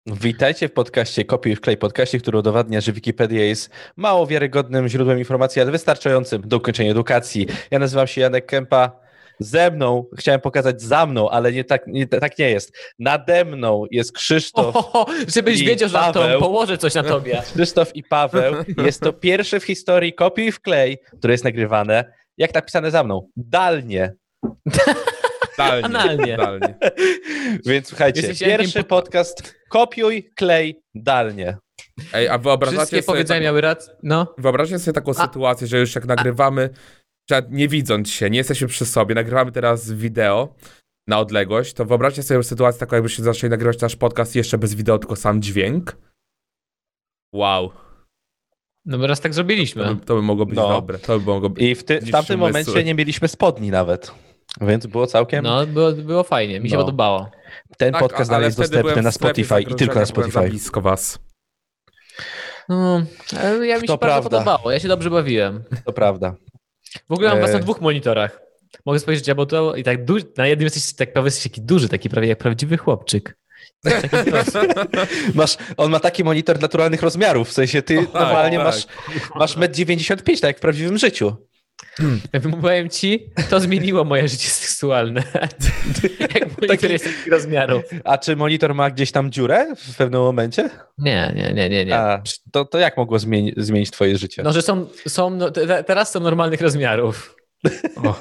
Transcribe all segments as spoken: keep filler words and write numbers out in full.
Witajcie w podcaście Kopiuj Wklej, podcaście, który udowadnia, że Wikipedia jest mało wiarygodnym źródłem informacji, ale wystarczającym do ukończenia edukacji. Ja nazywam się Janek Kępa. Ze mną, chciałem pokazać za mną, ale nie tak, nie, tak nie jest. Nade mną jest Krzysztof. Ohoho, żebyś wiedział, że na to położę coś na tobie. Krzysztof i Paweł. Jest to pierwsze w historii Kopiuj Wklej, które jest nagrywane, jak napisane za mną, dalnie. Dalnie, Analnie. dalnie. Więc słuchajcie, Jesteś pierwszy Jankiem- podcast Kopiuj, klej, dalnie. Ej, a wyobrażacie Wszystkie sobie, powiedzenia tak, miały rację. No. wyobrażacie sobie taką A- sytuację, że już jak nagrywamy, że nie widząc się, nie jesteśmy przy sobie, nagrywamy teraz wideo na odległość, to wyobraźcie sobie sytuację taką, jakbyście zaczęli nagrywać nasz podcast jeszcze bez wideo, tylko sam dźwięk. Wow. No bo raz tak To zrobiliśmy. by, to by mogło być No. dobre. To by mogło być... I w, ty, w Dziś tamtym umysły. momencie nie mieliśmy spodni nawet. Więc było całkiem... No, było, było fajnie, mi się No. podobało. Ten Tak, podcast ale dalej jest wtedy dostępny byłem na w sklepie Spotify i tylko na zagrożenia, byłem za Spotify. blisko was. No, ale ja mi To się prawda. bardzo podobało, ja się dobrze bawiłem. To prawda. W ogóle mam was na E. dwóch monitorach. Mogę spojrzeć, bo to i tak duży, na jednym jesteś tak prawie jesteś taki duży, taki prawie jak prawdziwy chłopczyk. Taki prosty. Masz, on ma taki monitor naturalnych rozmiarów, w sensie ty normalnie tak. masz, masz metr dziewięćdziesiąt pięć, tak jak w prawdziwym życiu. Powiem ci, to zmieniło moje życie seksualne. Jak monitor Taki- jest takich rozmiarów. A czy monitor ma gdzieś tam dziurę w pewnym momencie? Nie, nie, nie, nie, nie. A, to, to jak mogło zmieni- zmienić twoje życie? No, że są, są no, te, teraz są normalnych rozmiarów. O.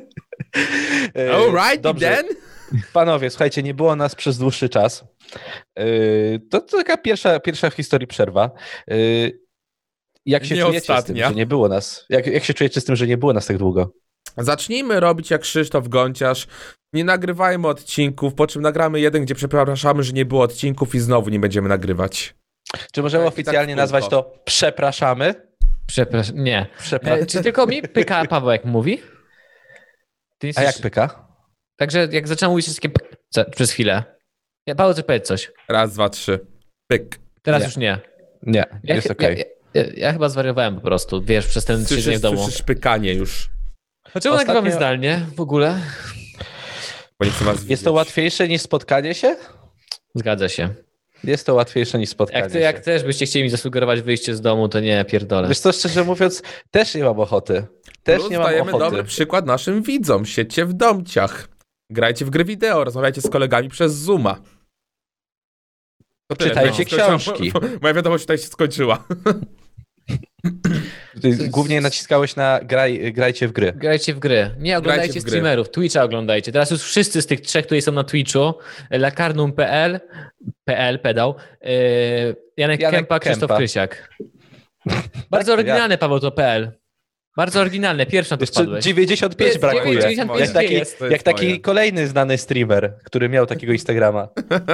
E, Alright, dobrze. then? Panowie, słuchajcie, nie było nas przez dłuższy czas. Yy, to, to taka pierwsza, pierwsza w historii przerwa. Yy, jak się Nie czujecie z tym, ostatnia. że nie było nas? Jak, jak się czujecie z tym, że nie było nas tak długo? Zacznijmy robić jak Krzysztof Gonciarz. Nie nagrywajmy odcinków, po czym nagramy jeden, gdzie przepraszamy, że nie było odcinków i znowu nie będziemy nagrywać. Czy możemy Tak, i tak oficjalnie w kółko. nazwać to przepraszamy? Przepraszam, nie. Przepra- E, czy tylko mi pyka Paweł, jak mówi? Ty A jesteś... jak pyka? Także jak zacząłem mówić, jest takie p- co- przez chwilę. Ja, Paweł, ty powiedz coś. Raz, dwa, trzy. Pyk. Teraz Nie. już nie. Nie, Ja, jest ja, okej. ja, ja, ja chyba zwariowałem po prostu, wiesz, przez ten tydzień Słyszysz, w domu. słyszysz pykanie już. Dlaczego Ostatnio- nagrywamy zdalnie w ogóle? Bo nie chcę was Jest to widzieć. łatwiejsze niż spotkanie się? Zgadza się. Jest to łatwiejsze niż spotkanie Jak, ty, jak się. też byście chcieli mi zasugerować wyjście z domu, to nie, pierdolę. Wiesz co, szczerze mówiąc, też nie mam ochoty. Też Plus nie mam dajemy ochoty. dobry przykład naszym widzom. Siedźcie w domciach. Grajcie w gry wideo, rozmawiajcie z kolegami przez Zooma. To tyle. Czytajcie Moja skończyła- książki. Moja wiadomość tutaj się skończyła. Ty głównie naciskałeś na graj, grajcie w gry. Grajcie w gry. Nie oglądajcie w gry. streamerów. Twitcha oglądajcie. Teraz już wszyscy z tych trzech, którzy są na Twitchu, lakarnum kropka p l, P L, pedał, yy, Janek, Janek Kępa, Krzysztof Kępa. Krysiak. Bardzo oryginalne, Paweł, to P L. Bardzo oryginalne. Pierwszy na to Jeszcze wpadłeś. dziewięćdziesiąt pięć Jest brakuje. dziewięćdziesiąt pięć Jak taki, jest. To jest jak taki moje. kolejny znany streamer, który miał takiego Instagrama.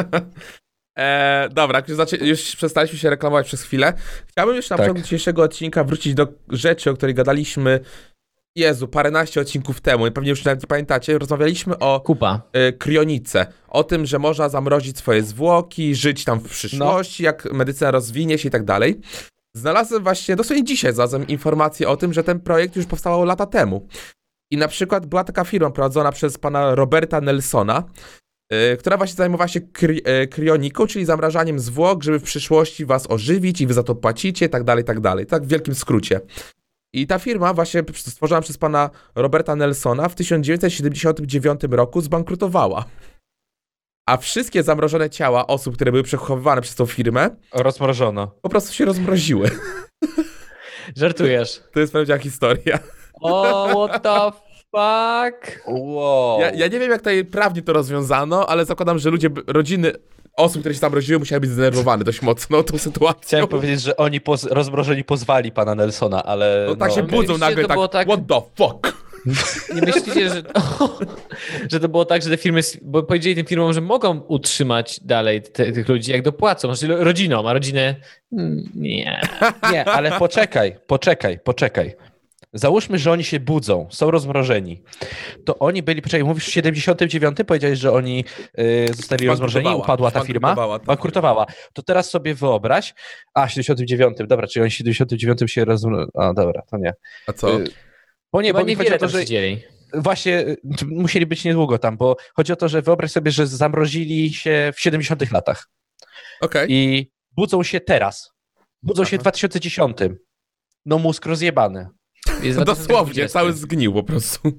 E, dobra, jak już, zaczę- już przestaliśmy się reklamować przez chwilę. Chciałbym już na Tak. początku dzisiejszego odcinka wrócić do rzeczy, o której gadaliśmy, Jezu, paręnaście odcinków temu, i pewnie już nawet nie pamiętacie. Rozmawialiśmy o Kupa. y, krionice, o tym, że można zamrozić swoje zwłoki, żyć tam w przyszłości, jak medycyna rozwinie się i tak dalej. Znalazłem właśnie, dosłownie dzisiaj znalazłem informację o tym, że ten projekt już powstawał lata temu. I na przykład była taka firma prowadzona przez pana Roberta Nelsona, y, która właśnie zajmowała się kri- y, krioniką, czyli zamrażaniem zwłok, żeby w przyszłości was ożywić i wy za to płacicie, i tak dalej, i tak dalej. Tak w wielkim skrócie. I ta firma właśnie stworzona przez pana Roberta Nelsona w tysiąc dziewięćset siedemdziesiątym dziewiątym roku zbankrutowała. A wszystkie zamrożone ciała osób, które były przechowywane przez tą firmę, Rozmrożono. po prostu się rozmroziły. Żartujesz. To jest prawdziwa historia. O, what the fuck? Wow. Ja, ja nie wiem, jak tutaj prawnie to rozwiązano, ale zakładam, że ludzie, rodziny osób, które się tam rodziły, musiały być zdenerwowane dość mocno tą sytuacją. Chciałem powiedzieć, że oni poz- rozmrożeni pozwali pana Nelsona, ale... No tak się no, budzą myślicie, nagle to tak, było tak- what the fuck? Nie myślicie, że, że to było tak, że te firmy, bo powiedzieli tym firmom, że mogą utrzymać dalej te, tych ludzi, jak dopłacą, znaczy rodzinom, a rodziny mm, nie. Nie, ale poczekaj, poczekaj, poczekaj. Załóżmy, że oni się budzą, są rozmrożeni. To oni byli, poczekaj, mówisz w siedemdziesiątym dziewiątym powiedziałeś, że oni y, zostali rozmrożeni, Bankrutowała. upadła ta firma? Bankrutowała ta Bankrutowała. To teraz sobie wyobraź, a w siedemdziesiątym dziewiątym, dobra, czyli oni w siedemdziesiątym dziewiątym się rozmrożeni, a dobra, to nie. A co? Y, Bo nie, Chyba bo mi chodzi niewiele o to, tam że siedzieli. właśnie y, musieli być niedługo tam, bo chodzi o to, że wyobraź sobie, że zamrozili się w siedemdziesiątych latach. Okay. I budzą się teraz. Budzą Aha. się w dwa tysiące dziesiątym. No mózg rozjebany. Jest dosłownie, cały zgnił po prostu.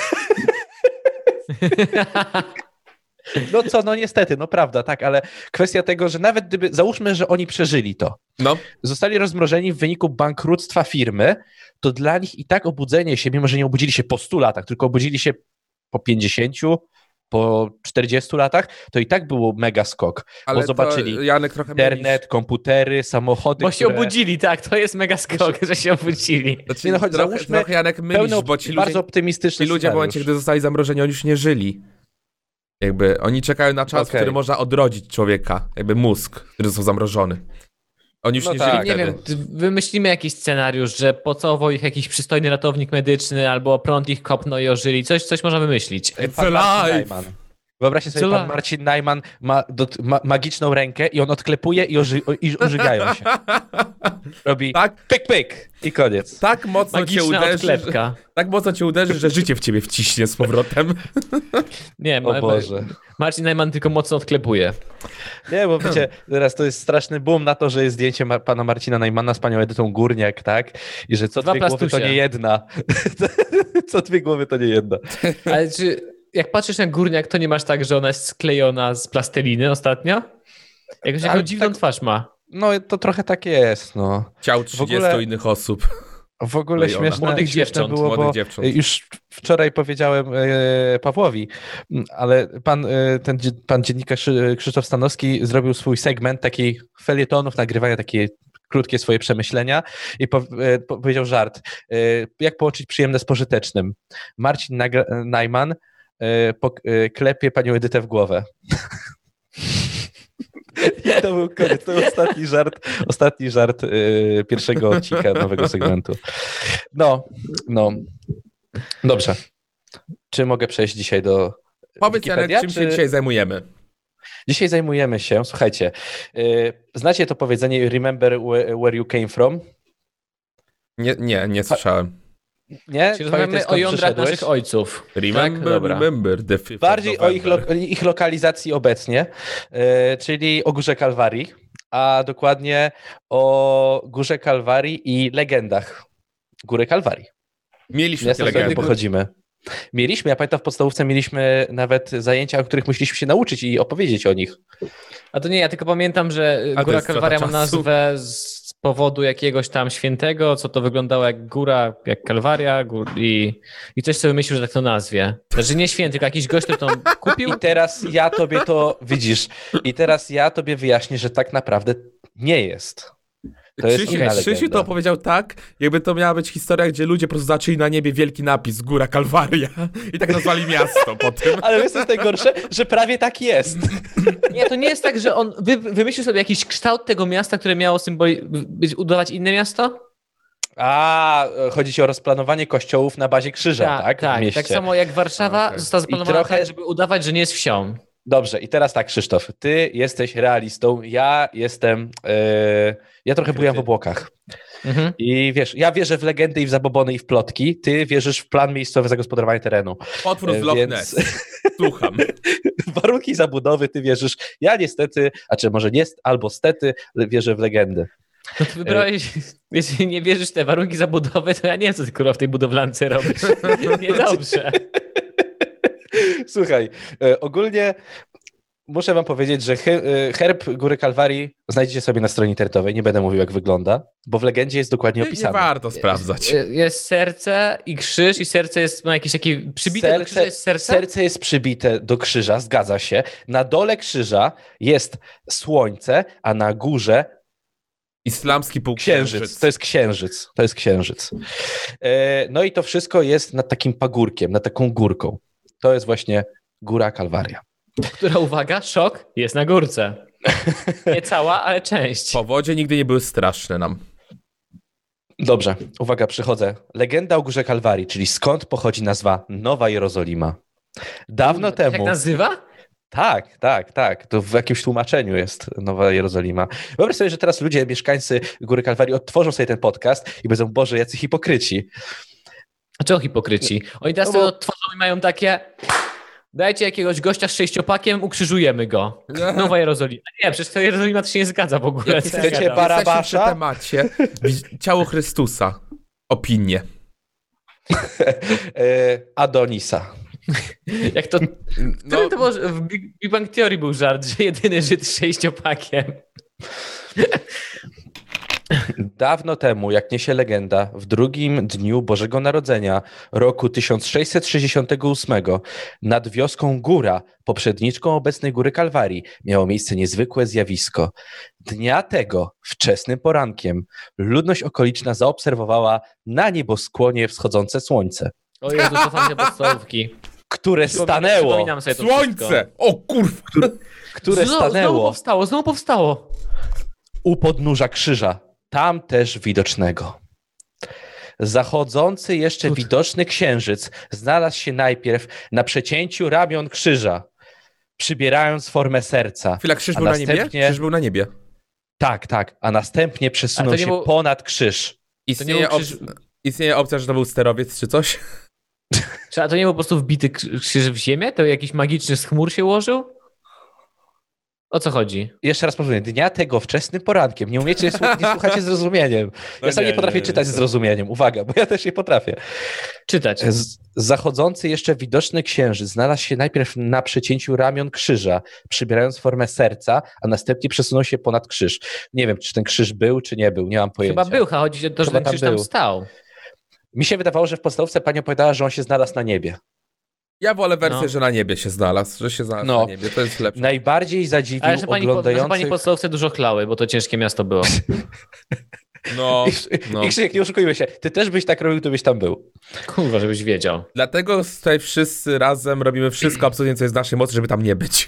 No co, no niestety, no prawda, tak, ale kwestia tego, że nawet gdyby, załóżmy, że oni przeżyli to, no. zostali rozmrożeni w wyniku bankructwa firmy, to dla nich i tak obudzenie się, mimo że nie obudzili się po stu latach, tylko obudzili się po pięćdziesięciu, po czterdziestu latach, to i tak było mega skok, ale bo zobaczyli to, Janek, trochę internet, mylisz. komputery, samochody, Bo się które... obudzili, tak, to jest mega skok, że się obudzili. Znaczy, Nie, no choć trochę, załóżmy trochę Janek mylisz, pełno, bo ci bardzo ludzie, optymistyczny ci ludzie w momencie, scenariusz. gdy zostali zamrożeni, oni już nie żyli. Jakby oni czekają na czas, Okay. w którym można odrodzić człowieka, jakby mózg, który został zamrożony. Oni już No nie tak. żyli Nie wtedy. wiem, wymyślimy jakiś scenariusz, że pocałował ich jakiś przystojny ratownik medyczny, albo prąd ich kopnął i ożyli. Coś, coś można wymyślić. Pan It's Marcin alive. Najman. Wyobraźcie sobie, It's pan alive. Marcin Najman ma, do, ma magiczną rękę i on odklepuje i, oży, i ożygają się. Robi Tak, pyk, pyk i koniec. tak mocno cię Magiczna uderzy, że, odklepka. tak mocno cię uderzy, że życie w ciebie wciśnie z powrotem. Nie, O ma, Boże. Marcin Najman tylko mocno odklepuje. Nie, bo wiecie, teraz to jest straszny boom na to, że jest zdjęcie ma- pana Marcina Najmana z panią Edytą Górniak, tak? I że co Dwa dwie głowy to plastusie. nie jedna. Co dwie głowy to nie jedna. Ale czy jak patrzysz na Górniak, to nie masz tak, że ona jest sklejona z plasteliny ostatnio? Jakoś Ale jaką dziwną tak- twarz ma. No to trochę tak jest, no. Ciał trzydziestu ogóle- innych osób. W ogóle Klejona. śmieszne, Młodych śmieszne dziewcząt, było, młodych bo dziewcząt. już wczoraj powiedziałem e, Pawłowi, m, ale pan, e, ten dzie- pan dziennikarz e, Krzysztof Stanowski zrobił swój segment taki felietonów, nagrywania takie krótkie swoje przemyślenia i po, e, po, powiedział żart. E, jak połączyć przyjemne z pożytecznym? Marcin Naga- Najman e, po, e, klepie panią Edytę w głowę. I to był koniec, to był ostatni żart, ostatni żart y, pierwszego odcinka nowego segmentu. No, no. Dobrze. Czy mogę przejść dzisiaj do Powiedz, Janek, Wikipedia, czym czy... się dzisiaj zajmujemy? Dzisiaj zajmujemy się, słuchajcie, y, znacie to powiedzenie remember where you came from? Nie, nie, nie słyszałem. Nie? Czyli rozmawiamy Pamiętasz, o skąd jądrach przyszedłeś? naszych ojców. Remember, Tak? Dobra. remember the fifth Bardziej of o ich, November. lo- ich lokalizacji obecnie, y, czyli o Górze Kalwarii, a dokładnie o Górze Kalwarii i legendach Góry Kalwarii. Mieliśmy Miasta, tyle z którego legendy. pochodzimy. Mieliśmy, ja pamiętam w podstawówce mieliśmy nawet zajęcia, o których musieliśmy się nauczyć i opowiedzieć o nich. A to nie, ja tylko pamiętam, że A to Góra jest strata Kalwaria ma czasu. nazwę z powodu jakiegoś tam świętego, co to wyglądało jak góra, jak Kalwaria gór, i, i ktoś sobie myślił, że tak to nazwie. Znaczy nie święty, tylko jakiś gość, który to kupił. I teraz ja tobie to, widzisz, i teraz ja tobie wyjaśnię, że tak naprawdę nie jest. To jest Krzysiu, inna Krzysiu legenda. to opowiedział tak, jakby to miała być historia, gdzie ludzie po prostu zaczęli na niebie wielki napis Góra Kalwaria i tak nazwali miasto po tym. Ale wiesz, co jest najgorsze? Że prawie tak jest. Nie, to nie jest tak, że on wy, wymyślił sobie jakiś kształt tego miasta, które miało symboli, być, udawać inne miasto? A, chodzi ci o rozplanowanie kościołów na bazie krzyża, Tak, tak? W tak. mieście. Tak samo jak Warszawa Okay. została zaplanowana trochę- tak, żeby udawać, że nie jest wsią. Dobrze, i teraz tak, Krzysztof, ty jesteś realistą, ja jestem, yy, ja trochę bujam w obłokach. Mhm. I wiesz, ja wierzę w legendy i w zabobony i w plotki, ty wierzysz w plan miejscowy zagospodarowania terenu. Potwór z E, Loch więc- Ness. Słucham. Warunki zabudowy ty wierzysz, ja niestety, a czy może nie, albo stety, wierzę w legendy. No to wybrałeś, jeśli nie wierzysz w te warunki zabudowy, to ja nie wiem, co ty kurwa w tej budowlance robisz. Niedobrze. Słuchaj, e, ogólnie muszę wam powiedzieć, że he, e, herb Góry Kalwarii znajdziecie sobie na stronie internetowej, nie będę mówił jak wygląda, bo w legendzie jest dokładnie Nie, nie opisane. warto sprawdzać. Jest serce i krzyż i serce jest, ma jakieś takie przybite do krzyża jest serce? Serce jest przybite do krzyża, zgadza się. Na dole krzyża jest słońce, a na górze Islamski księżyc. półksiężyc. To jest księżyc. To jest księżyc. E, No i to wszystko jest nad takim pagórkiem, nad taką górką. To jest właśnie Góra Kalwaria. Która, uwaga, szok, jest na górce. Nie cała, ale część. Powodzie nigdy nie były straszne nam. Dobrze, uwaga, przychodzę. Legenda o Górze Kalwarii, czyli skąd pochodzi nazwa Nowa Jerozolima. Dawno Jak temu... nazywa? Tak, tak, tak. To w jakimś tłumaczeniu jest Nowa Jerozolima. Wyobraź sobie, że teraz ludzie, mieszkańcy Góry Kalwarii odtworzą sobie ten podcast i będą, Boże, jacy hipokryci. A czego hipokryci? Oni teraz No to bo- odtworzą i mają takie... Dajcie jakiegoś gościa z sześciopakiem, ukrzyżujemy go. Nowa Jerozolima. Nie, przecież to Jerozolima to się nie zgadza w ogóle. Chcecie Barabasza? Jesteśmy przy temacie. Ciało Chrystusa. Opinie. Adonisa. Jak to... No, to było, w Big Big Bang Theory był żart, że jedyny Żyd z sześciopakiem. Dawno temu, jak niesie legenda, w drugim dniu Bożego Narodzenia roku tysiąc sześćset sześćdziesiątego ósmego nad wioską Góra, poprzedniczką obecnej Góry Kalwarii, miało miejsce niezwykłe zjawisko. Dnia tego, wczesnym porankiem, ludność okoliczna zaobserwowała na nieboskłonie wschodzące słońce, O Jezu, cofam się podstawówki. które stanęło, Przypominam sobie to słońce! wszystko. O kurw! które Znowu, znowu stanęło powstało, znowu powstało. u podnóża krzyża, tam też widocznego. Zachodzący jeszcze Cud. widoczny księżyc znalazł się najpierw na przecięciu ramion krzyża, przybierając formę serca. Chwila, krzyż A był na niebie? następnie- Krzyż był na niebie. Tak, tak, a następnie przesunął Ale to się nie był- ponad krzyż. Istnieje, był krzyż- op- istnieje opcja, że to był sterowiec czy coś? Czy a to nie był po prostu wbity krz- krzyż w ziemię? To jakiś magiczny z chmur się ułożył? O co chodzi? Jeszcze raz powiem, dnia tego wczesnym porankiem, nie umiecie, słu- nie słuchacie zrozumieniem. No Ja sam nie, nie potrafię nie, czytać nie. z zrozumieniem, uwaga, bo ja też nie potrafię. Czytać. Z- Zachodzący jeszcze widoczny księżyc znalazł się najpierw na przecięciu ramion krzyża, przybierając formę serca, a następnie przesunął się ponad krzyż. Nie wiem, czy ten krzyż był, czy nie był, nie mam pojęcia. Chyba był, a chodzi o to, że Chyba ten tam krzyż tam był. stał. Mi się wydawało, że w podstawówce pani opowiadała, że on się znalazł na niebie. Ja wolę wersję, No. że na niebie się znalazł, że się znalazł No. na niebie, to jest lepsze. Najbardziej zadziwił Ale że pani, po, że oglądających... pani podstawówce dużo chlały, bo to ciężkie miasto było. No, I, no. I Krzysiek, nie oszukujmy się, ty też byś tak robił, to byś tam był. Kurwa, żebyś wiedział. Dlatego tutaj wszyscy razem robimy wszystko absolutnie, co jest w naszej mocy, żeby tam nie być.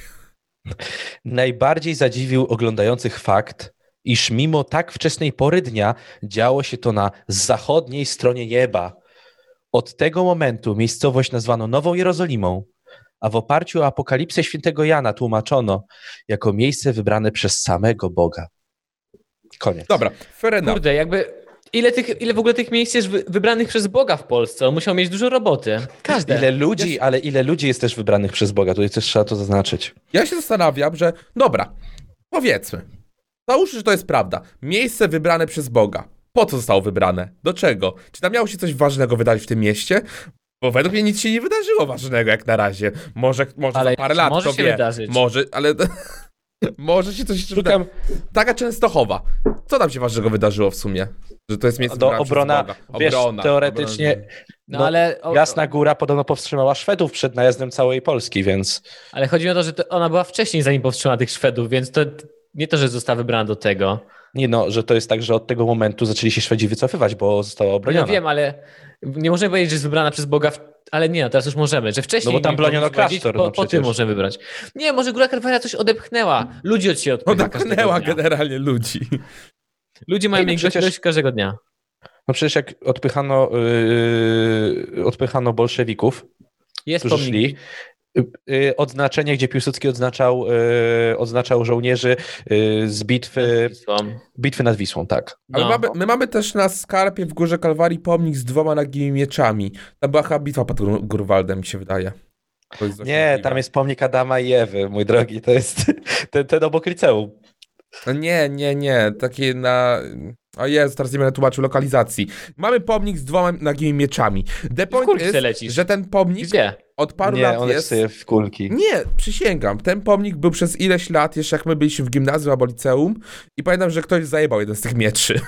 Najbardziej zadziwił oglądających fakt, iż mimo tak wczesnej pory dnia działo się to na zachodniej stronie nieba. Od tego momentu miejscowość nazwano Nową Jerozolimą, a w oparciu o apokalipsę świętego Jana tłumaczono jako miejsce wybrane przez samego Boga. Koniec. Dobra, fair enough. Kurde, jakby... Ile, tych, ile w ogóle tych miejsc jest wy- wybranych przez Boga w Polsce? On musiał mieć dużo roboty. Każde. Ile ludzi, ale ile ludzi jest też wybranych przez Boga, tutaj też trzeba to zaznaczyć. Ja się zastanawiam, że dobra, powiedzmy, załóżmy, że to jest prawda. Miejsce wybrane przez Boga. Po co zostało wybrane? Do czego? Czy tam miało się coś ważnego wydarzyć w tym mieście? Bo według mnie nic się nie wydarzyło ważnego jak na razie. Może, może Ale za parę lat, może kto się wie. wydarzyć. Może, ale... może się coś jeszcze Szukam wyda- Taka Częstochowa. Co tam się ważnego wydarzyło w sumie? Że to jest miejsce do wybrane przez obrona, Boga. wiesz, Obrona, teoretycznie obrona. No, no, ale, o, Jasna Góra podobno powstrzymała Szwedów przed najazdem całej Polski, więc ale chodzi o to, że to ona była wcześniej, zanim powstrzymała tych Szwedów, więc to nie to, że została wybrana do tego. nie no, że to jest tak, że od tego momentu zaczęli się Szwedzi wycofywać, bo została obroniona. Ja wiem, ale nie możemy powiedzieć, że jest wybrana przez Boga, w... ale nie, no teraz już możemy, że wcześniej... No bo tam nie broniono powinniśmy powiedzieć, klasztor, Po, no po tym przecież. możemy wybrać. Nie, może Góra Kalwaria coś odepchnęła. Ludzi od siebie odpycha Odepchnęła każdego dnia. generalnie ludzi. Ludzie mają Nie, no mniej przecież- gości każdego dnia. No przecież jak odpychano, yy, odpychano bolszewików, Jest którzy pomnik. szli, yy, odznaczenie, gdzie Piłsudski odznaczał, yy, odznaczał żołnierzy yy, z bitwy, Wisłą. bitwy nad Wisłą, tak. Ale No. mamy, my mamy też na skarpie w Górze Kalwarii pomnik z dwoma nagimi mieczami. To była chyba bitwa pod Gru- Grunwaldem, mi się wydaje. To jest dość Nie, możliwe. tam jest pomnik Adama i Ewy, mój drogi, to jest ten, ten obok liceum. No nie, nie, nie. Takie na... O Jezu, teraz nie będę tłumaczył lokalizacji. Mamy pomnik z dwoma nagimi mieczami. The point kulki is, se lecisz. że ten pomnik Gdzie? od paru Nie, lat on jest... jest w kulki. Nie, przysięgam. Ten pomnik był przez ileś lat, jeszcze jak my byliśmy w gimnazjum albo liceum i pamiętam, że ktoś zajebał jeden z tych mieczy.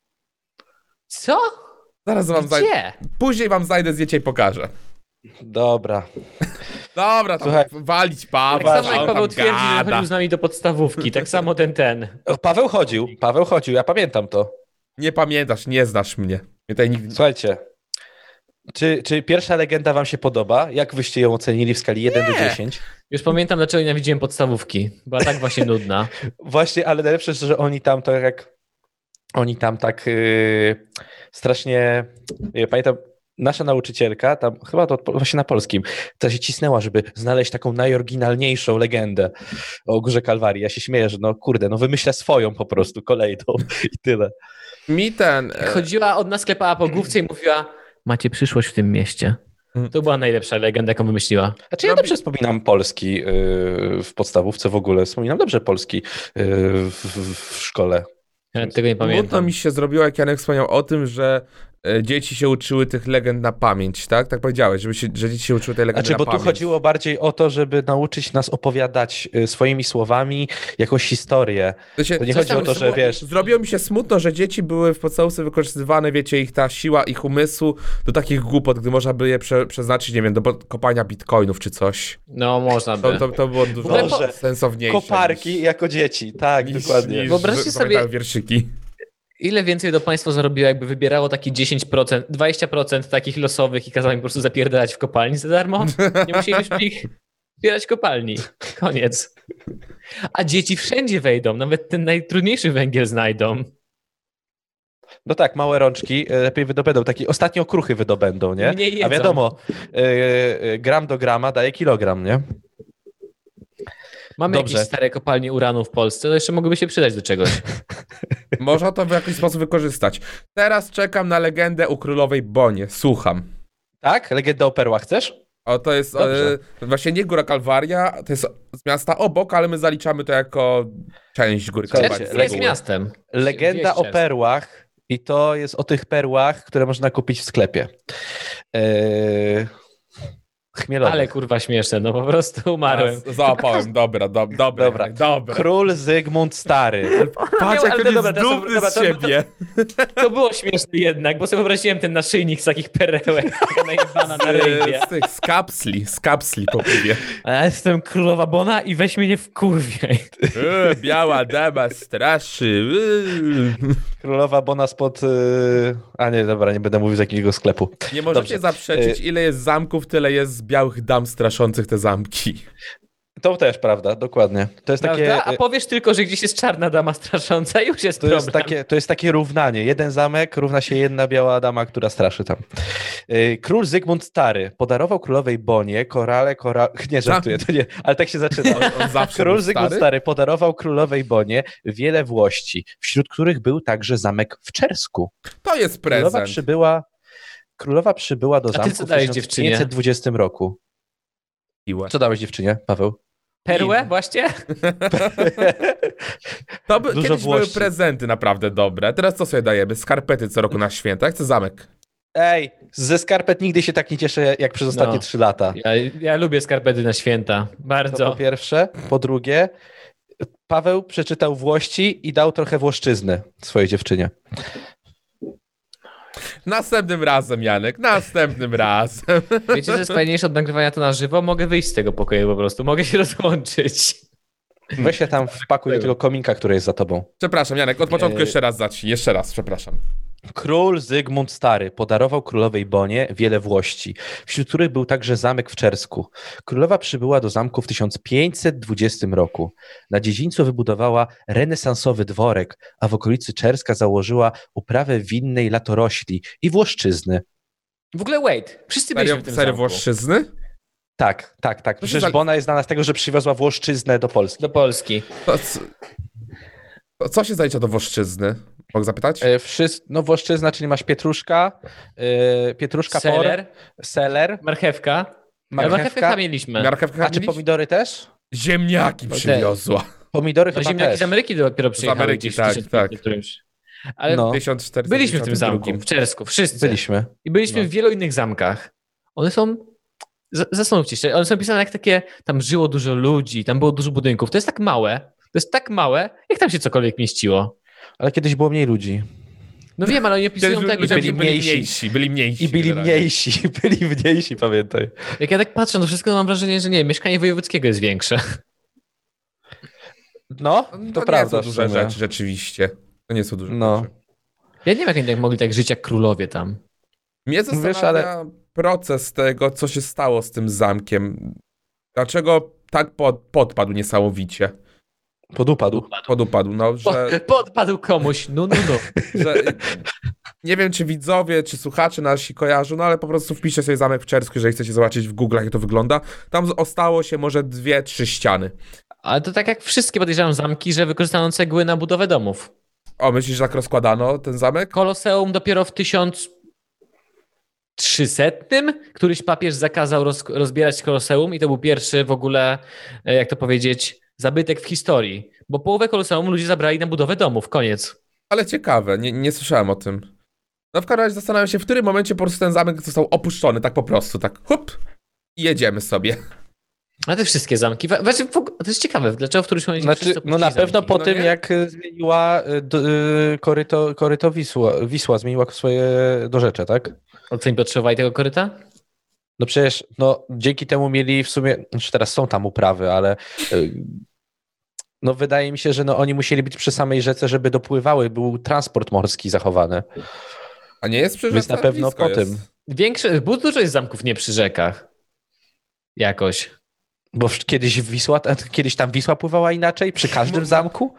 Co? Zaraz wam zajdę. Gdzie? Później wam zajdę zdjęcie i pokażę. Dobra. Dobra, tam Słuchaj, walić Paweł. Tak samo on jak Paweł tam twierdzi, że gada. chodził z nami do podstawówki. Tak samo ten ten. O, Paweł chodził, Paweł chodził, ja pamiętam to. Nie pamiętasz, nie znasz mnie. Mnie tutaj nikt... Słuchajcie, czy, czy pierwsza legenda wam się podoba? Jak wyście ją ocenili w skali jeden do dziesięciu? Już pamiętam, dlaczego nienawidziłem podstawówki. Była tak właśnie nudna. Właśnie, ale najlepsze jest, że oni tam to jak... Oni tam tak yy, strasznie... Ja pamiętam, nasza nauczycielka, tam chyba to właśnie na polskim, to się cisnęła, żeby znaleźć taką najoryginalniejszą legendę o Górze Kalwarii. Ja się śmieję, że no kurde, no wymyśla swoją po prostu kolejną i tyle. Mi ten... e, Chodziła od nas, klepała po główce i mówiła: macie przyszłość w tym mieście. To była najlepsza legenda, jaką wymyśliła. Znaczy ja dobrze wspominam polski yy, w podstawówce w ogóle. Wspominam dobrze polski yy, w, w szkole. Ja tego nie Smutno pamiętam. mi się zrobiło, jak Janek wspomniał o tym, że e, dzieci się uczyły tych legend na pamięć, tak? Tak powiedziałeś, żeby się, że dzieci się uczyły tej legendy Znaczy, na bo tu pamięć. chodziło bardziej o to, żeby nauczyć nas opowiadać y, swoimi słowami jakąś historię. To, się, To nie coś chodzi o tam to, że zro- wiesz... Zrobiło mi się smutno, że dzieci były w podstawce wykorzystywane, wiecie, ich ta siła, ich umysłu do takich głupot, gdy można by je prze, przeznaczyć, nie wiem, do po- kopania bitcoinów czy coś. No, można by. To, to, to było dużo Boże, sensowniejsze. Koparki niż, jako dzieci, tak, niż, dokładnie. Niż, Wyobraźcie że sobie- pamiętały wierszyki. Ile więcej to państwo zarobiło, jakby wybierało taki dziesięć procent, dwadzieścia procent takich losowych i kazało im po prostu zapierdalać w kopalni za darmo? Nie musielibyśmy ich zbierać kopalni. Koniec. A dzieci wszędzie wejdą, nawet ten najtrudniejszy węgiel znajdą. No tak, małe rączki y, lepiej wydobędą, takie ostatnie okruchy wydobędą, nie? Mniej jedzą. A wiadomo, y, y, gram do grama daje kilogram, nie? Mamy Dobrze. jakieś stare kopalnie uranu w Polsce, to jeszcze mogłyby się przydać do czegoś. Można to w jakiś sposób wykorzystać. Teraz czekam na legendę o królowej Bonie. Słucham. Tak? Legendę o perłach chcesz? O, to jest Dobrze. e, właśnie nie Góra Kalwaria, to jest z miasta obok, ale my zaliczamy to jako część Góry Słuchajcie, Kalwarii. Co jest reguły. miastem? Legenda o Wieście. perłach i to jest o tych perłach, które można kupić w sklepie. Yy... Chmielowych. Ale kurwa śmieszne, no po prostu umarłem. Teraz Załapałem, dobra, do, dobra, Dobra. Janek, dobra. Król Zygmunt Stary. Patrz, Nie, jak ale to dobra, jest to- dumny dobra, z to- siebie. To było śmieszne jednak, bo sobie wyobraziłem ten naszyjnik z takich perełek, taka najebana na rybie. Z, z tych, z kapsli, z kapsli po piwie. A ja jestem królowa Bona i weź mnie nie wkurwiaj. E, biała dama straszy. e. Królowa Bona spod... Yy... A nie, dobra, nie będę mówił z jakiego sklepu. Nie możecie Dobrze. zaprzeczyć, ile jest zamków, tyle jest białych dam straszących te zamki. To też prawda, dokładnie. To jest takie... Prawda? A powiesz tylko, że gdzieś jest czarna dama strasząca i już jest To problem. jest, takie, to jest takie równanie. Jeden zamek równa się jedna biała dama, która straszy tam. Yy, Król Zygmunt Stary podarował królowej Bonie korale, korale... Nie, żartuję, to nie, ale tak się zaczyna. On, on zawsze Król był Zygmunt stary? Stary podarował królowej Bonie wiele włości, wśród których był także zamek w Czersku. To jest Królowa prezent. przybyła, królowa przybyła do ty zamku co w dałeś tysiąc dziewczynie? pięćset dwudziestym roku. Miłe. Co dałeś dziewczynie, Paweł? Perłę właśnie? To by, Dużo kiedyś były włości. prezenty naprawdę dobre. Teraz co sobie dajemy? Skarpety co roku na święta. Jak chcę zamek? Ej, ze skarpet nigdy się tak nie cieszę, jak przez ostatnie No. trzy lata. Ja, ja lubię skarpety na święta. To Bardzo. po pierwsze. Po drugie, Paweł przeczytał Włości i dał trochę Włoszczyzny swojej dziewczynie. Następnym razem, Janek. Następnym razem. Wiecie, że jest fajniejsze od nagrywania to na żywo? Mogę wyjść z tego pokoju po prostu. Mogę się rozłączyć. Weź się tam wpakuj do tego kominka, który jest za tobą. Przepraszam, Janek. Od początku Yy. jeszcze raz zacznij. Jeszcze raz, przepraszam. Król Zygmunt Stary podarował królowej Bonie wiele włości, wśród których był także zamek w Czersku. Królowa przybyła do zamku w tysiąc pięćset dwudziestym roku. Na dziedzińcu wybudowała renesansowy dworek, a w okolicy Czerska założyła uprawę winnej latorośli i włoszczyzny. W ogóle wait. Wszyscy byliśmy Serio, w tym serio zamku. Włoszczyzny? Tak, tak, tak. To się Przecież za- Bona jest znana z tego, że przywiozła włoszczyznę do Polski. Do Polski. To, c- to co się zalicza do Włoszczyzny? Mogę zapytać? E, Wszys- no Włoszczyzna, czyli masz pietruszka, e, pietruszka, Seler, por, seler, marchewka. Ale marchewka. marchewkę mieliśmy. Marchewkę A czy mieliście? pomidory też? Ziemniaki te- przywiozła. Pomidory No chyba ziemniaki też. z Ameryki dopiero przyjechały Ameryki, gdzieś w tak, tysiąc tak. pięćset którymś. Ale No. tysiąc czterysta byliśmy w tym zamku, drugim. w Czersku, wszyscy. Byliśmy. I byliśmy No. w wielu innych zamkach. One są, z- zastanówcie się, one są pisane jak takie, tam żyło dużo ludzi, tam było dużo budynków. To jest tak małe, to jest tak małe, jak tam się cokolwiek mieściło. Ale kiedyś było mniej ludzi. No wiem, ale oni opisują Kiedyś tak, ludzie że byli byli mniejsi. mniejsi. Byli mniejsi. I byli generalnie. mniejsi, byli mniejsi, pamiętaj. jak ja tak patrzę, no wszystko mam wrażenie, że nie wiem, mieszkanie wojewódzkiego jest większe. No, to, To, nie prawda. są w duże sumie. rzeczy, rzeczywiście. To nie są duże No. rzeczy. Ja nie wiem, jak oni tak mogli tak żyć jak królowie tam. Mnie zastanawia Wiesz, ale- proces tego, co się stało z tym zamkiem. Dlaczego tak pod, podpadł niesamowicie? Podupadł. Podupadł, no, że, Po, podpadł komuś, no, no, no. że... Nie wiem, czy widzowie, czy słuchacze nasi kojarzą, no ale po prostu wpiszcie sobie zamek w Czersku, jeżeli chcecie zobaczyć w Google, jak to wygląda. Tam ostało się może dwie, trzy ściany. Ale to tak jak wszystkie, podejrzewam, zamki, że wykorzystano cegły na budowę domów. O, myślisz, że tak rozkładano ten zamek? Koloseum dopiero w tysiąc trzysetnym któryś papież zakazał roz, rozbierać Koloseum i to był pierwszy w ogóle, jak to powiedzieć, zabytek w historii. Bo połowę Koloseum ludzie zabrali na budowę domów, koniec. Ale ciekawe, nie, nie słyszałem o tym. No w każdym razie zastanawiam się, w którym momencie po prostu ten zamek został opuszczony, tak po prostu, tak hup i jedziemy sobie. A te wszystkie zamki, właśnie to jest ciekawe, dlaczego w którymś momencie Znaczy, no na pewno zamki? po No tym, nie? jak zmieniła do, koryto, koryto Wisła, Wisła, zmieniła swoje dorzecze, tak? O co im potrzebowali tego koryta? No przecież, no dzięki temu mieli w sumie, znaczy teraz są tam uprawy, ale no wydaje mi się, że no oni musieli być przy samej rzece, żeby dopływały, był transport morski zachowany. A nie jest przy Więc na pewno po jest. tym. Większe, bo dużo jest zamków nie przy rzekach. Jakoś. Bo kiedyś Wisła, kiedyś tam Wisła pływała inaczej, przy każdym zamku?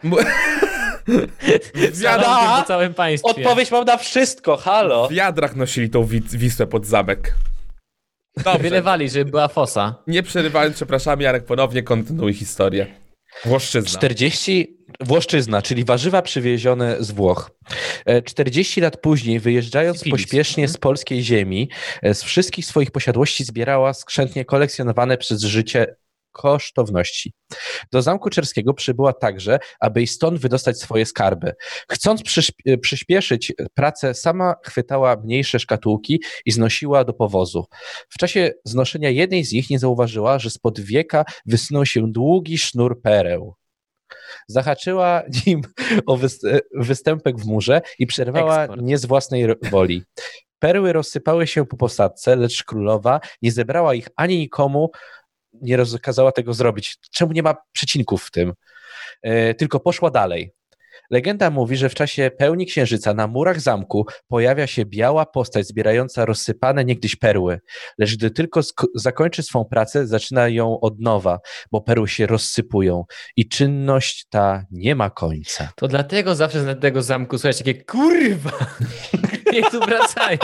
Wiadra po całym państwie. Odpowiedź mam na wszystko, halo! W wiadrach nosili tą wi- Wisłę pod zamek. Dobrze. Wylewali, żeby była fosa. Nie przerywając, przepraszam, Jarek, ponownie kontynuuj historię. Włoszczyzna. czterdzieści Włoszczyzna, czyli warzywa przywiezione z Włoch. czterdzieści lat później, wyjeżdżając Syfilis. pośpiesznie z polskiej ziemi, z wszystkich swoich posiadłości zbierała skrzętnie kolekcjonowane przez życie kosztowności. Do Zamku Czerskiego przybyła także, aby i stąd wydostać swoje skarby. Chcąc przyśp- przyspieszyć pracę, sama chwytała mniejsze szkatułki i znosiła do powozu. W czasie znoszenia jednej z nich nie zauważyła, że spod wieka wysunął się długi sznur pereł. Zahaczyła nim o wyst- występek w murze i przerwała Eksport. nie z własnej woli. Perły rozsypały się po posadzce, lecz królowa nie zebrała ich ani nikomu, nie rozkazała tego zrobić. Czemu nie ma przecinków w tym? E, tylko poszła dalej. Legenda mówi, że w czasie pełni księżyca na murach zamku pojawia się biała postać zbierająca rozsypane niegdyś perły, lecz gdy tylko sk- zakończy swą pracę, zaczyna ją od nowa, bo perły się rozsypują i czynność ta nie ma końca. To dlatego zawsze z tego zamku słychać takie kurwa, niech tu wracają.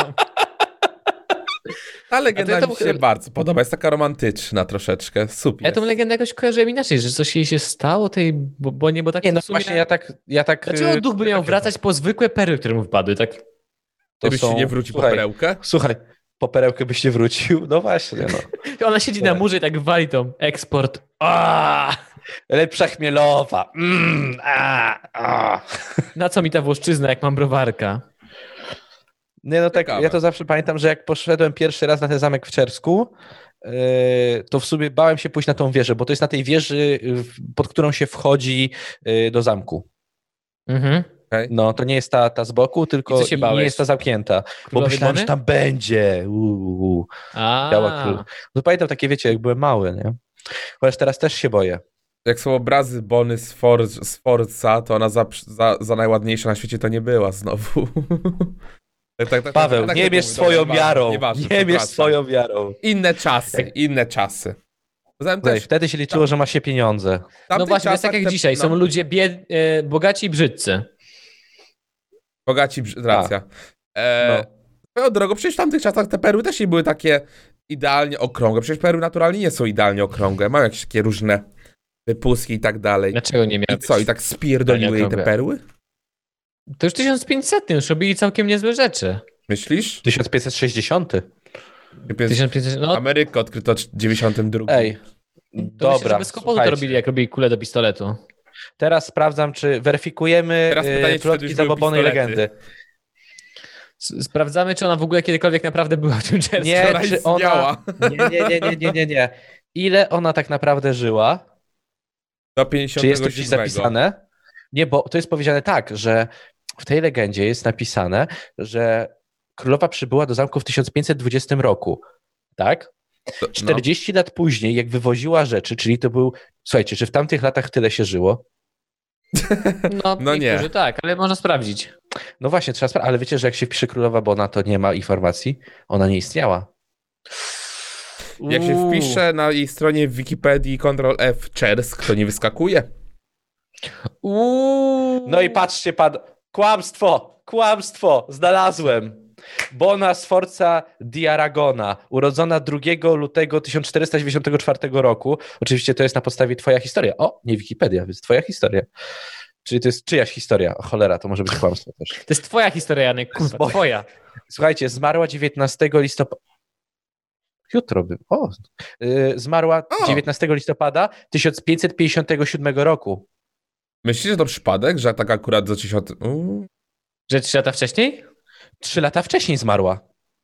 Ta legenda A to- mi to- się bardzo podoba, jest taka romantyczna troszeczkę, super. Ja tą legendę jakoś kojarzyłem inaczej, że coś jej się stało tej, bo, bo nie, bo tak Nie, no w sumie... właśnie ja tak... Ja tak Dlaczego duch by miał wracać po zwykłe perły, które mu wpadły? Tak? Ty byś się nie wrócił po Słuchaj, perełkę? Słuchaj, po perełkę byś nie wrócił? No właśnie, no. Ona siedzi na murze i tak wali tą eksport. Aaaa! Lepsza chmielowa. Mm, a, a. Na co mi ta Włoszczyzna, jak mam browarka? Nie, no tak, Ciekawe. ja to zawsze pamiętam, że jak poszedłem pierwszy raz na ten zamek w Czersku, yy, to w sumie bałem się pójść na tą wieżę, bo to jest na tej wieży, yy, pod którą się wchodzi yy, do zamku. Mhm. No, to nie jest ta, ta z boku, tylko I co się i bałeś? nie jest ta zamknięta, bo Królowej myślałem, Dany? że tam będzie. Uuu. A. Biała król. No pamiętam takie, wiecie, jak byłem mały, nie? Chociaż teraz też się boję. Jak są obrazy Bony z, For- z Forza, to ona za, za, za najładniejsza na świecie to nie była znowu. tak, tak, tak, Paweł, tak, nie tak mierz mówię, swoją dobra, miarą. nieważne, Nie mierz przepraszam. swoją miarą. Inne czasy, inne czasy. Poza tym Słuchaj, też, wtedy się liczyło, że ma się pieniądze. w No tamtych właśnie, to jest tak czasach jak te- dzisiaj. Są no, ludzie bied... e, bogaci i brzydcy. Bogaci, brzy- racja. E, No. Swoją drogą, przecież w tamtych czasach te perły też nie były takie idealnie okrągłe. Przecież perły naturalnie nie są idealnie okrągłe. Mają jakieś takie różne wypuski i tak dalej. Dlaczego nie I miał co, i tak spierdoliły jej te okrągłe? perły? To już tysiąc pięćset, już robili całkiem niezłe rzeczy. Myślisz? tysiąc pięćset sześćdziesiąty. tysiąc pięćset, no, Amerykę odkryto w dziewięćdziesiątym drugim. Ej, to myślę, dobra, że bez kłopotu to słuchajcie. robili, jak robili kulę do pistoletu. Teraz sprawdzam, czy weryfikujemy Teraz pytanie, y, czy wtedy plotki już były zabobonej pistolety. legendy. S- Sprawdzamy, czy ona w ogóle kiedykolwiek naprawdę była w tym Chelsea. Nie, Ona czy ona... istniała. Nie, nie, nie, nie, nie, nie, nie. Ile ona tak naprawdę żyła? Do Czy pięćdziesiątego jest to gdzieś siódmego. zapisane? Nie, bo to jest powiedziane tak, że w tej legendzie jest napisane, że królowa przybyła do zamku w tysiąc pięćset dwudziestym roku. Tak? To- czterdzieści lat później, jak wywoziła rzeczy, czyli to był... Słuchajcie, czy w tamtych latach tyle się żyło? No, No nie. niektórzy tak, ale można sprawdzić. No właśnie, trzeba sprawdzić. Ale wiecie, że jak się wpisze królowa Bona, to nie ma informacji? Ona nie istniała. No. Jak się Uuu. wpisze na jej stronie w Wikipedii Ctrl F Czersk, to nie wyskakuje. Uuu. No i patrzcie pan, kłamstwo, kłamstwo, znalazłem. Bona Sforza di Aragona, urodzona drugiego lutego tysiąc czterysta dziewięćdziesiątego czwartego roku. Oczywiście to jest na podstawie twoja historia. O, nie Wikipedia, więc twoja historia. Czyli to jest czyjaś historia. O, cholera, to może być kłamstwo też. To jest twoja historia, Janek, kurwa, Moja. twoja. Słuchajcie, zmarła dziewiętnastego listopada. Jutro by. O. Yy, zmarła O. dziewiętnastego listopada tysiąc pięćset pięćdziesiątego siódmego roku. Myślisz, że to przypadek, że tak akurat zaczęło się od... Uuu. Że trzy lata wcześniej? Trzy lata wcześniej zmarła.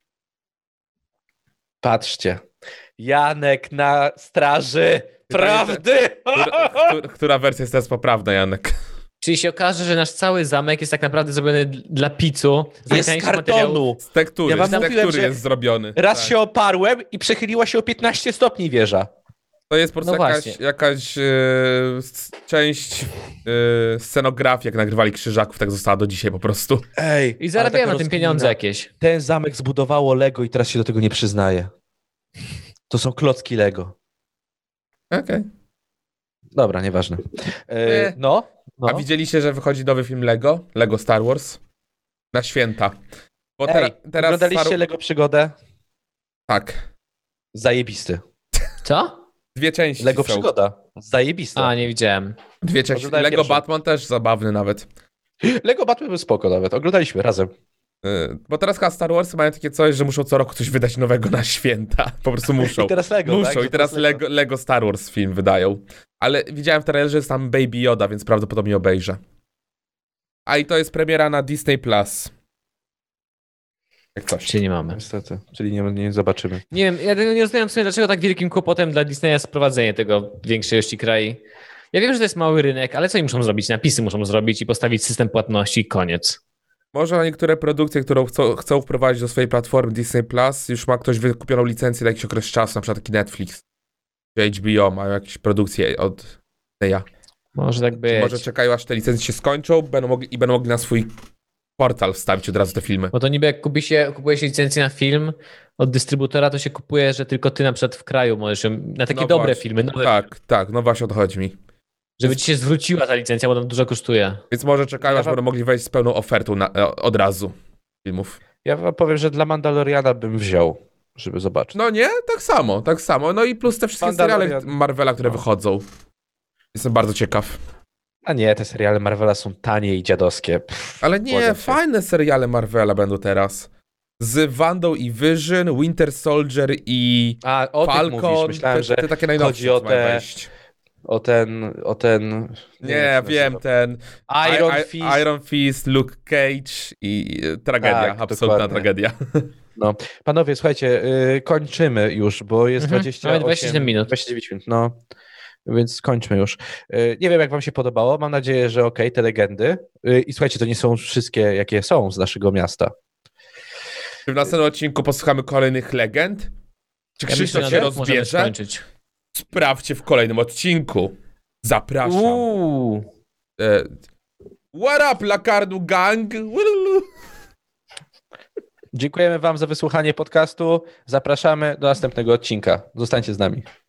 Patrzcie. Janek na straży prawdy! Która, która, która wersja jest teraz poprawna, Janek? Czyli się okaże, że nasz cały zamek jest tak naprawdę zrobiony d- dla pizzu. Z Jest z najtańszych materiałów. kartonu. Z tektury, Ja wam z mówiłem, tektury że jest zrobiony. Raz Tak. się oparłem i przechyliła się o piętnaście stopni wieża. To jest po prostu No jakaś, właśnie. jakaś e, s- część e, scenografii, jak nagrywali Krzyżaków, tak została do dzisiaj po prostu. Ej, I zarabiają ale na taka tym pieniądze rozkmina. jakieś. Ten zamek zbudowało Lego i teraz się do tego nie przyznaje. To są klocki Lego. Okej. Okay. Dobra, nieważne. E, Nie. no, no. A widzieliście, że wychodzi nowy film Lego? Lego Star Wars? Na święta. Bo Ej, tera, teraz oglądaliście Star... Lego Przygodę? Tak. Zajebisty. Co? Dwie części Lego są. Przygoda. Zajebista. A, nie widziałem. Dwie części. Oglądałem Lego pierwszą. Batman też zabawny nawet. Lego Batman był spoko nawet. Oglądaliśmy razem. Yy, Bo teraz chyba Star Warsy mają takie coś, że muszą co roku coś wydać nowego na święta. Po prostu muszą. I teraz Lego, Muszą tak? i teraz Lego, Lego Star Wars film wydają. Ale widziałem w trailerze, że jest tam Baby Yoda, więc prawdopodobnie obejrzę. A i to jest premiera na Disney Plus. Jak coś. Czyli nie mamy. Niestety, czyli nie, nie zobaczymy. Nie wiem, ja tego nie rozumiem w sumie, dlaczego tak wielkim kłopotem dla Disneya jest sprowadzenie tego w większej ilości krajów. Ja wiem, że to jest mały rynek, ale co oni muszą zrobić? Napisy muszą zrobić i postawić system płatności i koniec. Może na niektóre produkcje, które chcą, chcą wprowadzić do swojej platformy Disney Plus, już ma ktoś wykupioną licencję na jakiś okres czasu, na przykład taki Netflix, czy H B O mają jakieś produkcje od Disneya. Może tak być. Może czekają, aż te licencje się skończą będą mogli, i będą mogli na swój portal wstawić od razu te filmy. Bo to niby jak kupi się, kupuje się licencję na film od dystrybutora, to się kupuje, że tylko ty na przykład w kraju możesz ją, na takie No dobre właśnie. filmy, nowe, Tak, tak, no właśnie o to chodzi mi. żeby ci się zwróciła ta licencja, bo ona dużo kosztuje. Więc może czekają, Ja aż wam- będą mogli wejść z pełną ofertą na, e, od razu filmów. Ja wam powiem, że dla Mandaloriana bym wziął, żeby zobaczyć. No nie? Tak samo, tak samo. No i plus te wszystkie seriale Mandalorian. Marvela, które No. wychodzą. Jestem bardzo ciekaw. A nie, te seriale Marvela są tanie i dziadowskie. Pff, Ale nie, Błagam cię. fajne seriale Marvela będą teraz. Z Wandą i Vision, Winter Soldier i A o tych mówisz, Falcon. myślałem, te, że te takie najnowsze, chodzi o co mają te- wejść. o ten, o ten... Nie, jak się wiem, nazywa. ten Iron I, I, Fist. Iron Fist, Luke Cage i e, tragedia, Tak, absolutna dokładnie. tragedia. No, panowie, słuchajcie, yy, kończymy już, bo jest Mhm, dwadzieścia mamy osiem, dwadzieścia siedem minut. dwadzieścia dziewięć minut, no. Więc skończmy już. Yy, nie wiem, jak wam się podobało. Mam nadzieję, że okej, te legendy. Yy, I słuchajcie, to nie są wszystkie, jakie są z naszego miasta. Czy w następnym odcinku posłuchamy kolejnych legend? Czy Ja myślę, Krzysztof że się tak możemy rozbierze? skończyć. Sprawdźcie w kolejnym odcinku. Zapraszam. Uuu. E, What up, Lakardu Gang? Ululu. Dziękujemy wam za wysłuchanie podcastu. Zapraszamy do następnego odcinka. Zostańcie z nami.